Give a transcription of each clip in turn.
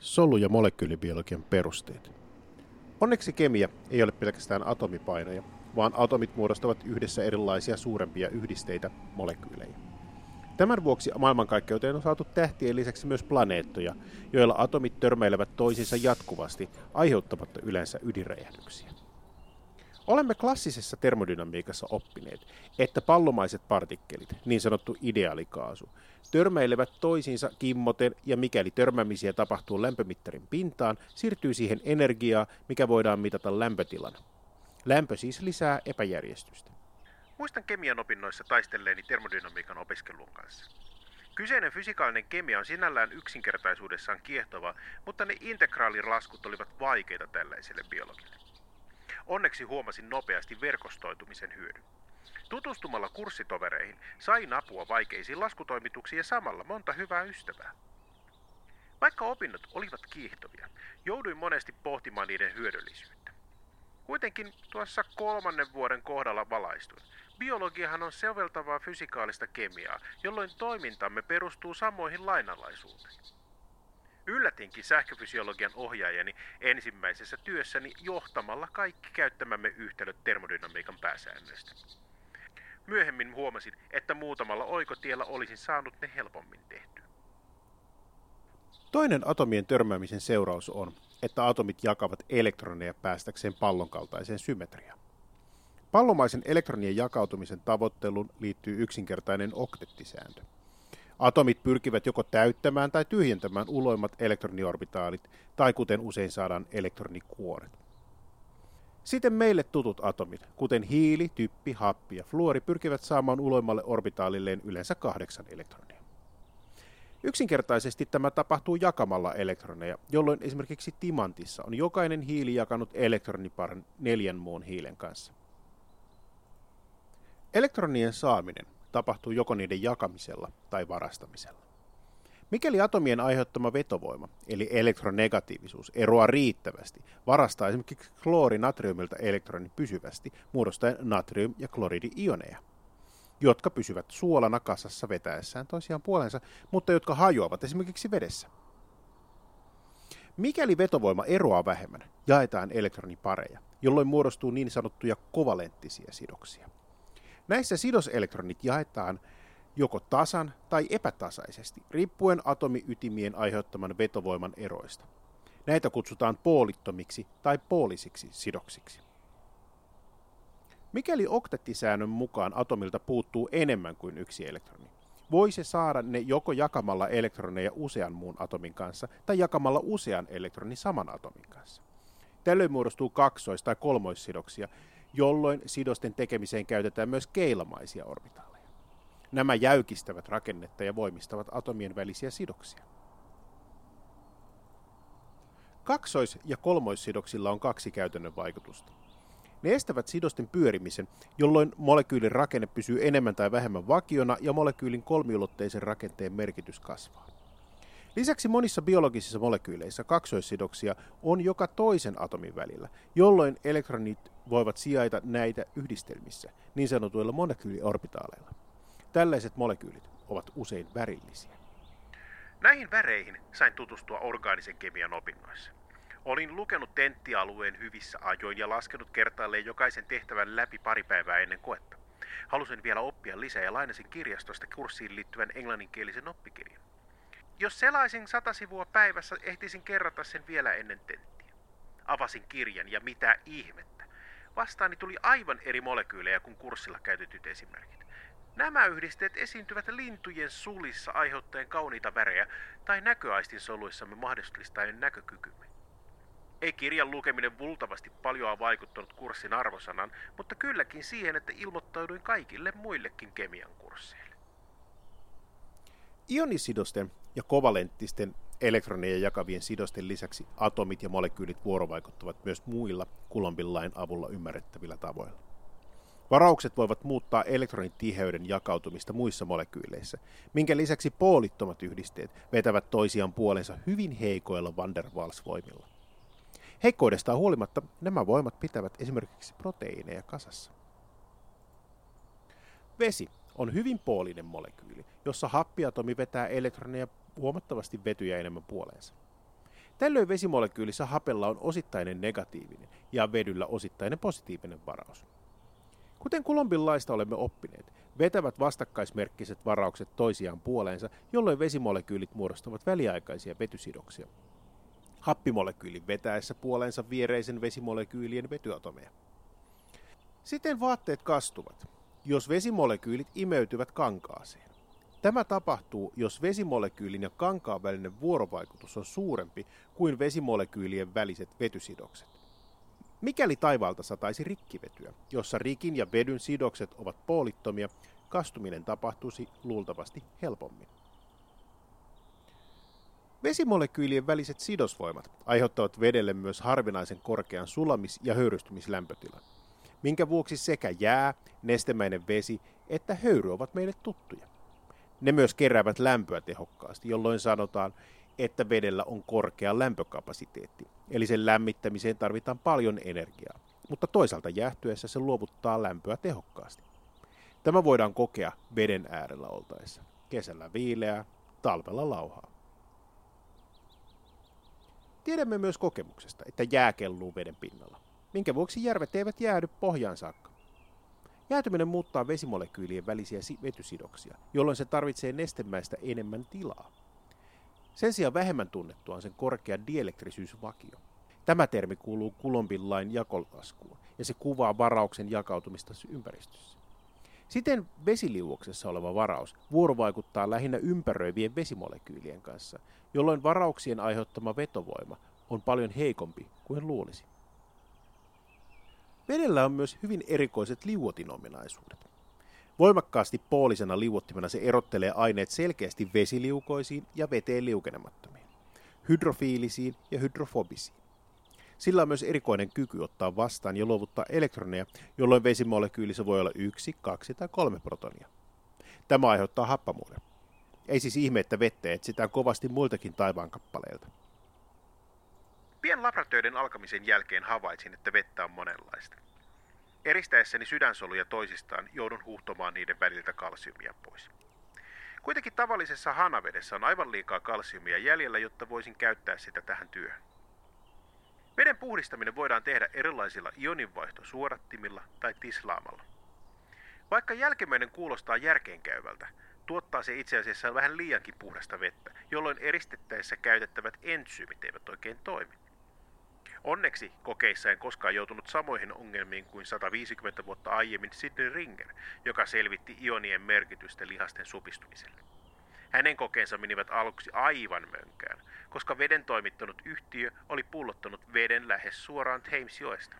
Solu- ja molekyylibiologian perusteet. Onneksi kemia ei ole pelkästään atomipainoja, vaan atomit muodostavat yhdessä erilaisia suurempia yhdisteitä, molekyylejä. Tämän vuoksi maailmankaikkeuteen on saatu tähtien lisäksi myös planeettoja, joilla atomit törmäilevät toisiinsa jatkuvasti, aiheuttamatta yleensä ydinräjähdyksiä. Olemme klassisessa termodynamiikassa oppineet, että pallomaiset partikkelit, niin sanottu ideaalikaasu, törmäilevät toisiinsa kimmoten ja mikäli törmäämisiä tapahtuu lämpömittarin pintaan, siirtyy siihen energiaa, mikä voidaan mitata lämpötilana. Lämpö siis lisää epäjärjestystä. Muistan kemian opinnoissa taistelleeni termodynamiikan opiskelun kanssa. Kyseinen fysikaalinen kemia on sinällään yksinkertaisuudessaan kiehtova, mutta ne integraalilaskut olivat vaikeita tällaiselle biologille. Onneksi huomasin nopeasti verkostoitumisen hyödyn. Tutustumalla kurssitovereihin sain apua vaikeisiin laskutoimituksiin ja samalla monta hyvää ystävää. Vaikka opinnot olivat kiihtovia, jouduin monesti pohtimaan niiden hyödyllisyyttä. Kuitenkin tuossa 3. vuoden kohdalla valaistuin. Biologiahan on soveltavaa fysikaalista kemiaa, jolloin toimintamme perustuu samoihin lainalaisuuteen. Yllätinkin sähköfysiologian ohjaajani ensimmäisessä työssäni johtamalla kaikki käyttämämme yhtälöt termodynamiikan pääsäännöistä. Myöhemmin huomasin, että muutamalla oikotiellä olisin saanut ne helpommin tehtyä. Toinen atomien törmäämisen seuraus on, että atomit jakavat elektroneja päästäkseen pallon kaltaiseen symmetriaan. Pallomaisen elektronien jakautumisen tavoitteluun liittyy yksinkertainen oktettisääntö. Atomit pyrkivät joko täyttämään tai tyhjentämään uloimmat elektroniorbitaalit, tai kuten usein saadaan elektronikuoret. Siten meille tutut atomit, kuten hiili, typpi, happi ja fluori, pyrkivät saamaan uloimmalle orbitaalilleen yleensä 8 elektronia. Yksinkertaisesti tämä tapahtuu jakamalla elektroneja, jolloin esimerkiksi timantissa on jokainen hiili jakanut elektroniparin 4 muun hiilen kanssa. Elektronien saaminen tapahtuu joko niiden jakamisella tai varastamisella. Mikäli atomien aiheuttama vetovoima, eli elektronegatiivisuus, eroaa riittävästi, varastaa esimerkiksi kloori natriumilta elektronin pysyvästi muodostaen natrium- ja kloridi-ioneja, jotka pysyvät suolana kasassa vetäessään toisiaan puolensa, mutta jotka hajoavat esimerkiksi vedessä. Mikäli vetovoima eroaa vähemmän, jaetaan elektronipareja, jolloin muodostuu niin sanottuja kovalenttisia sidoksia. Näissä sidoselektronit jaetaan joko tasan tai epätasaisesti, riippuen atomiytimien aiheuttaman vetovoiman eroista. Näitä kutsutaan poolittomiksi tai poolisiksi sidoksiksi. Mikäli oktettisäännön mukaan atomilta puuttuu enemmän kuin yksi elektroni, voi se saada ne joko jakamalla elektroneja usean muun atomin kanssa tai jakamalla usean elektronin saman atomin kanssa. Tällöin muodostuu kaksois- tai kolmoissidoksia, jolloin sidosten tekemiseen käytetään myös keilamaisia orbitaaleja. Nämä jäykistävät rakennetta ja voimistavat atomien välisiä sidoksia. Kaksois- ja kolmoissidoksilla on 2 käytännön vaikutusta. Ne estävät sidosten pyörimisen, jolloin molekyylin rakenne pysyy enemmän tai vähemmän vakiona ja molekyylin kolmiulotteisen rakenteen merkitys kasvaa. Lisäksi monissa biologisissa molekyyleissä kaksoissidoksia on joka toisen atomin välillä, jolloin elektronit voivat sijaita näitä yhdistelmissä, niin sanotuilla molekyyliorbitaaleilla. Tällaiset molekyylit ovat usein värillisiä. Näihin väreihin sain tutustua orgaanisen kemian opinnoissa. Olin lukenut tenttialueen hyvissä ajoin ja laskenut kertaalleen jokaisen tehtävän läpi pari päivää ennen koetta. Halusin vielä oppia lisää ja lainasin kirjastosta kurssiin liittyvän englanninkielisen oppikirjan. Jos selaisin 100 sivua päivässä, ehtisin kerrata sen vielä ennen tenttiä. Avasin kirjan ja mitä ihmettä. Vastaani tuli aivan eri molekyylejä kuin kurssilla käytetyt esimerkit. Nämä yhdisteet esiintyvät lintujen sulissa aiheuttaen kauniita värejä tai näköaistin soluissamme mahdollistaen näkökykymme. Ei kirjan lukeminen vultavasti paljoa vaikuttanut kurssin arvosanan, mutta kylläkin siihen, että ilmoittauduin kaikille muillekin kemian kursseille. Ionisidosten ja kovalenttisten elektroneja jakavien sidosten lisäksi atomit ja molekyylit vuorovaikuttavat myös muilla Coulombin lain avulla ymmärrettävillä tavoilla. Varaukset voivat muuttaa elektronitiheyden jakautumista muissa molekyyleissä, minkä lisäksi poolittomat yhdisteet vetävät toisiaan puolensa hyvin heikoilla van der Waals-voimilla. Heikkoudestaan huolimatta nämä voimat pitävät esimerkiksi proteiineja kasassa. Vesi on hyvin poolinen molekyyli, jossa happiatomi vetää elektroneja huomattavasti vetyjä enemmän puoleensa. Tällöin vesimolekyylissä hapella on osittainen negatiivinen ja vedyllä osittainen positiivinen varaus. Kuten Coulombin laista olemme oppineet, vetävät vastakkaismerkkiset varaukset toisiaan puoleensa, jolloin vesimolekyylit muodostavat väliaikaisia vetysidoksia. Happimolekyylin vetäessä puoleensa viereisen vesimolekyylien vetyatomeja. Siten vaatteet kastuvat, jos vesimolekyylit imeytyvät kankaaseen. Tämä tapahtuu, jos vesimolekyylin ja kankaan välinen vuorovaikutus on suurempi kuin vesimolekyylien väliset vetysidokset. Mikäli taivaalta sataisi rikkivetyä, jossa rikin ja vedyn sidokset ovat poolittomia, kastuminen tapahtuisi luultavasti helpommin. Vesimolekyylien väliset sidosvoimat aiheuttavat vedelle myös harvinaisen korkean sulamis- ja höyrystymislämpötilan, minkä vuoksi sekä jää, nestemäinen vesi että höyry ovat meille tuttuja. Ne myös keräävät lämpöä tehokkaasti, jolloin sanotaan, että vedellä on korkea lämpökapasiteetti, eli sen lämmittämiseen tarvitaan paljon energiaa, mutta toisaalta jäähtyessä se luovuttaa lämpöä tehokkaasti. Tämä voidaan kokea veden äärellä oltaessa. Kesällä viileää, talvella lauhaa. Tiedämme myös kokemuksesta, että jää kelluu veden pinnalla, minkä vuoksi järvet eivät jäädy pohjaan saakka. Jäätyminen muuttaa vesimolekyylien välisiä vetysidoksia, jolloin se tarvitsee nestemäistä enemmän tilaa. Sen sijaan vähemmän tunnettua on sen korkea dielektrisyysvakio. Tämä termi kuuluu Coulombin lain jakolaskuun, ja se kuvaa varauksen jakautumista ympäristössä. Siten vesiliuoksessa oleva varaus vuorovaikuttaa lähinnä ympäröivien vesimolekyylien kanssa, jolloin varauksien aiheuttama vetovoima on paljon heikompi kuin luulisi. Vedellä on myös hyvin erikoiset liuotinominaisuudet. Voimakkaasti poolisena liuottimena se erottelee aineet selkeästi vesiliukoisiin ja veteen liukenemattomiin, hydrofiilisiin ja hydrofobisiin. Sillä on myös erikoinen kyky ottaa vastaan ja luovuttaa elektroneja, jolloin vesimolekyylissä voi olla 1, 2 tai 3 protonia. Tämä aiheuttaa happamuuden. Ei siis ihme, että vettä etsitään kovasti muiltakin taivaankappaleilta. Pian labratöiden alkamisen jälkeen havaitsin, että vettä on monenlaista. Eristäessäni sydänsoluja toisistaan joudun huuhtomaan niiden väliltä kalsiumia pois. Kuitenkin tavallisessa hanavedessä on aivan liikaa kalsiumia jäljellä, jotta voisin käyttää sitä tähän työhön. Veden puhdistaminen voidaan tehdä erilaisilla ioninvaihtosuodattimilla tai tislaamalla. Vaikka jälkimmäinen kuulostaa järkeenkäyvältä, tuottaa se itse asiassa vähän liiankin puhdasta vettä, jolloin eristettäessä käytettävät entsyymit eivät oikein toimi. Onneksi kokeissa en koskaan joutunut samoihin ongelmiin kuin 150 vuotta aiemmin Sidney Ringer, joka selvitti ionien merkitystä lihasten supistumiselle. Hänen kokeensa menivät aluksi aivan mönkään, koska veden toimittanut yhtiö oli pullottanut veden lähes suoraan Thamesjoesta.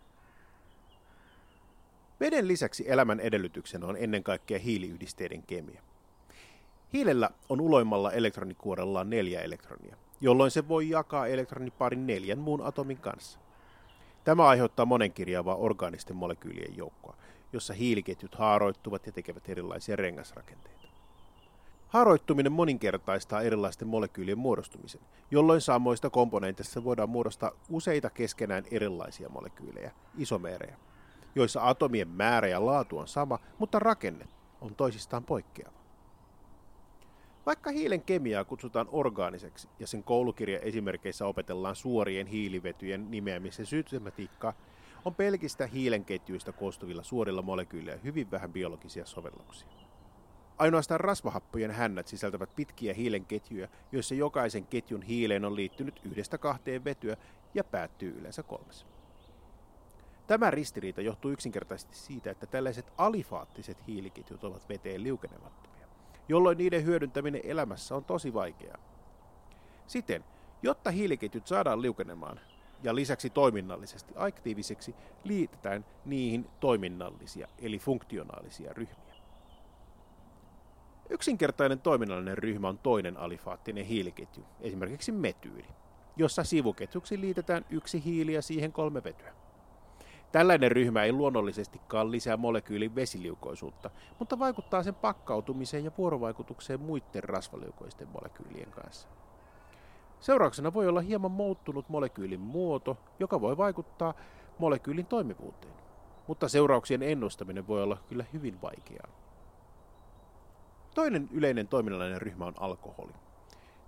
Veden lisäksi elämän edellytyksenä on ennen kaikkea hiiliyhdisteiden kemia. Hiilellä on uloimmalla elektronikuorellaan 4 elektronia, jolloin se voi jakaa elektroniparin 4 muun atomin kanssa. Tämä aiheuttaa monenkirjavaa orgaanisten molekyylien joukkoa, jossa hiiliketjut haaroittuvat ja tekevät erilaisia rengasrakenteita. Haaroittuminen moninkertaistaa erilaisten molekyylien muodostumisen, jolloin samoista komponenteista voidaan muodostaa useita keskenään erilaisia molekyylejä, isomeerejä, joissa atomien määrä ja laatu on sama, mutta rakenne on toisistaan poikkeava. Vaikka hiilen kemiaa kutsutaan orgaaniseksi ja sen koulukirjaesimerkeissä opetellaan suorien hiilivetyjen nimeämisen systematiikkaa, on pelkistä hiilenketjuista koostuvilla suorilla molekyyleillä hyvin vähän biologisia sovelluksia. Ainoastaan rasvahappojen hännät sisältävät pitkiä hiilenketjuja, joissa jokaisen ketjun hiileen on liittynyt 1-2 vetyä ja päättyy yleensä 3. Tämä ristiriita johtuu yksinkertaisesti siitä, että tällaiset alifaattiset hiiliketjut ovat veteen liukenemattomia, jolloin niiden hyödyntäminen elämässä on tosi vaikeaa. Siten, jotta hiiliketjut saadaan liukenemaan ja lisäksi toiminnallisesti aktiiviseksi, liitetään niihin toiminnallisia eli funktionaalisia ryhmiä. Yksinkertainen toiminnallinen ryhmä on toinen alifaattinen hiiliketju, esimerkiksi metyyli, jossa sivuketjuksi liitetään 1 hiili ja siihen 3 vetyä. Tällainen ryhmä ei luonnollisestikaan lisää molekyylin vesiliukoisuutta, mutta vaikuttaa sen pakkautumiseen ja vuorovaikutukseen muiden rasvaliukoisten molekyylien kanssa. Seurauksena voi olla hieman muuttunut molekyylin muoto, joka voi vaikuttaa molekyylin toimivuuteen, mutta seurauksien ennustaminen voi olla kyllä hyvin vaikeaa. Toinen yleinen toiminnallinen ryhmä on alkoholi.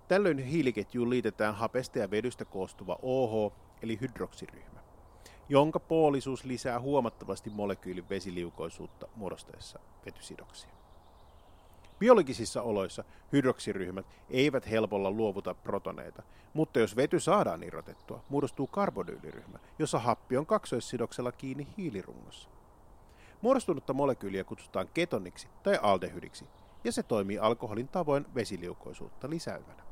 Tällöin hiiliketjuun liitetään hapesta ja vedystä koostuva OH, eli hydroksiryhmä, jonka poolisuus lisää huomattavasti molekyylin vesiliukoisuutta muodostaessa vetysidoksia. Biologisissa oloissa hydroksiryhmät eivät helpolla luovuta protoneita, mutta jos vety saadaan irrotettua, muodostuu karbonyyliryhmä, jossa happi on kaksoissidoksella kiinni hiilirungossa. Muodostunutta molekyyliä kutsutaan ketoniksi tai aldehydiksi, ja se toimii alkoholin tavoin vesiliukoisuutta lisäävänä.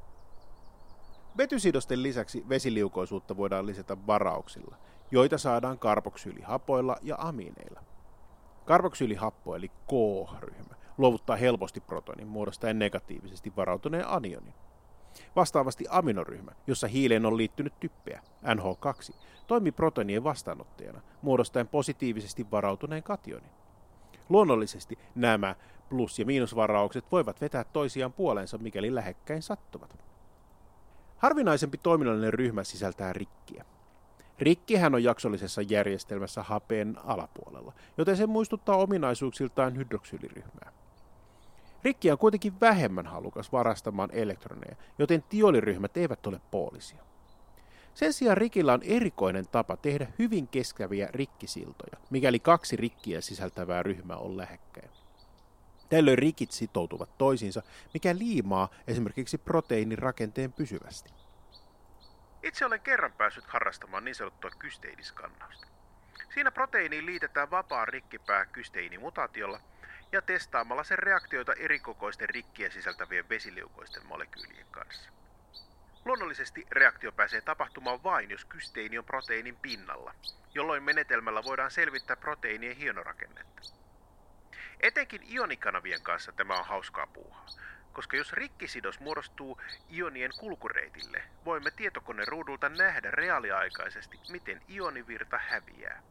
Vetysidosten lisäksi vesiliukoisuutta voidaan lisätä varauksilla, joita saadaan karboksyylihapoilla ja amiineilla. Karboksyylihapo eli K-ryhmä luovuttaa helposti protonin muodostaen negatiivisesti varautuneen anionin. Vastaavasti aminoryhmä, jossa hiileen on liittynyt typpeä, NH2, toimii protonien vastaanottajana muodostaen positiivisesti varautuneen kationin. Luonnollisesti nämä plus- ja miinusvaraukset voivat vetää toisiaan puoleensa, mikäli lähekkäin sattuvat. Harvinaisempi toiminnallinen ryhmä sisältää rikkiä. Rikkihän on jaksollisessa järjestelmässä hapeen alapuolella, joten se muistuttaa ominaisuuksiltaan hydroksyyliryhmää. Rikki on kuitenkin vähemmän halukas varastamaan elektroneja, joten tioliryhmät eivät ole poolisia. Sen sijaan rikillä on erikoinen tapa tehdä hyvin kestäviä rikkisiltoja, mikäli kaksi rikkiä sisältävää ryhmää on lähekkäin. Tällöin rikit sitoutuvat toisiinsa, mikä liimaa esimerkiksi proteiinin rakenteen pysyvästi. Itse olen kerran päässyt harrastamaan niin sanottua kysteiiniskannausta. Siinä proteiiniin liitetään vapaa rikkipää kysteiinimutaatiolla ja testaamalla sen reaktioita erikokoisten rikkiä sisältävien vesiliukoisten molekyylien kanssa. Luonnollisesti reaktio pääsee tapahtumaan vain, jos kysteini on proteiinin pinnalla, jolloin menetelmällä voidaan selvittää proteiinien hienorakennetta. Etenkin ionikanavien kanssa tämä on hauskaa puuhaa, koska jos rikkisidos muodostuu ionien kulkureitille, voimme tietokoneruudulta nähdä reaaliaikaisesti, miten ionivirta häviää.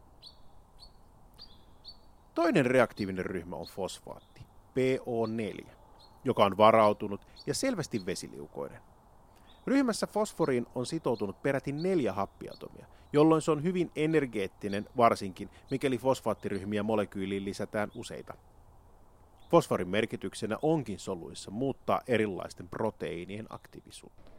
Toinen reaktiivinen ryhmä on fosfaatti, PO4, joka on varautunut ja selvästi vesiliukoinen. Ryhmässä fosforiin on sitoutunut peräti 4 happiatomia, jolloin se on hyvin energeettinen, varsinkin mikäli fosfaattiryhmiä molekyyliin lisätään useita. Fosforin merkityksenä onkin soluissa muuttaa erilaisten proteiinien aktiivisuutta.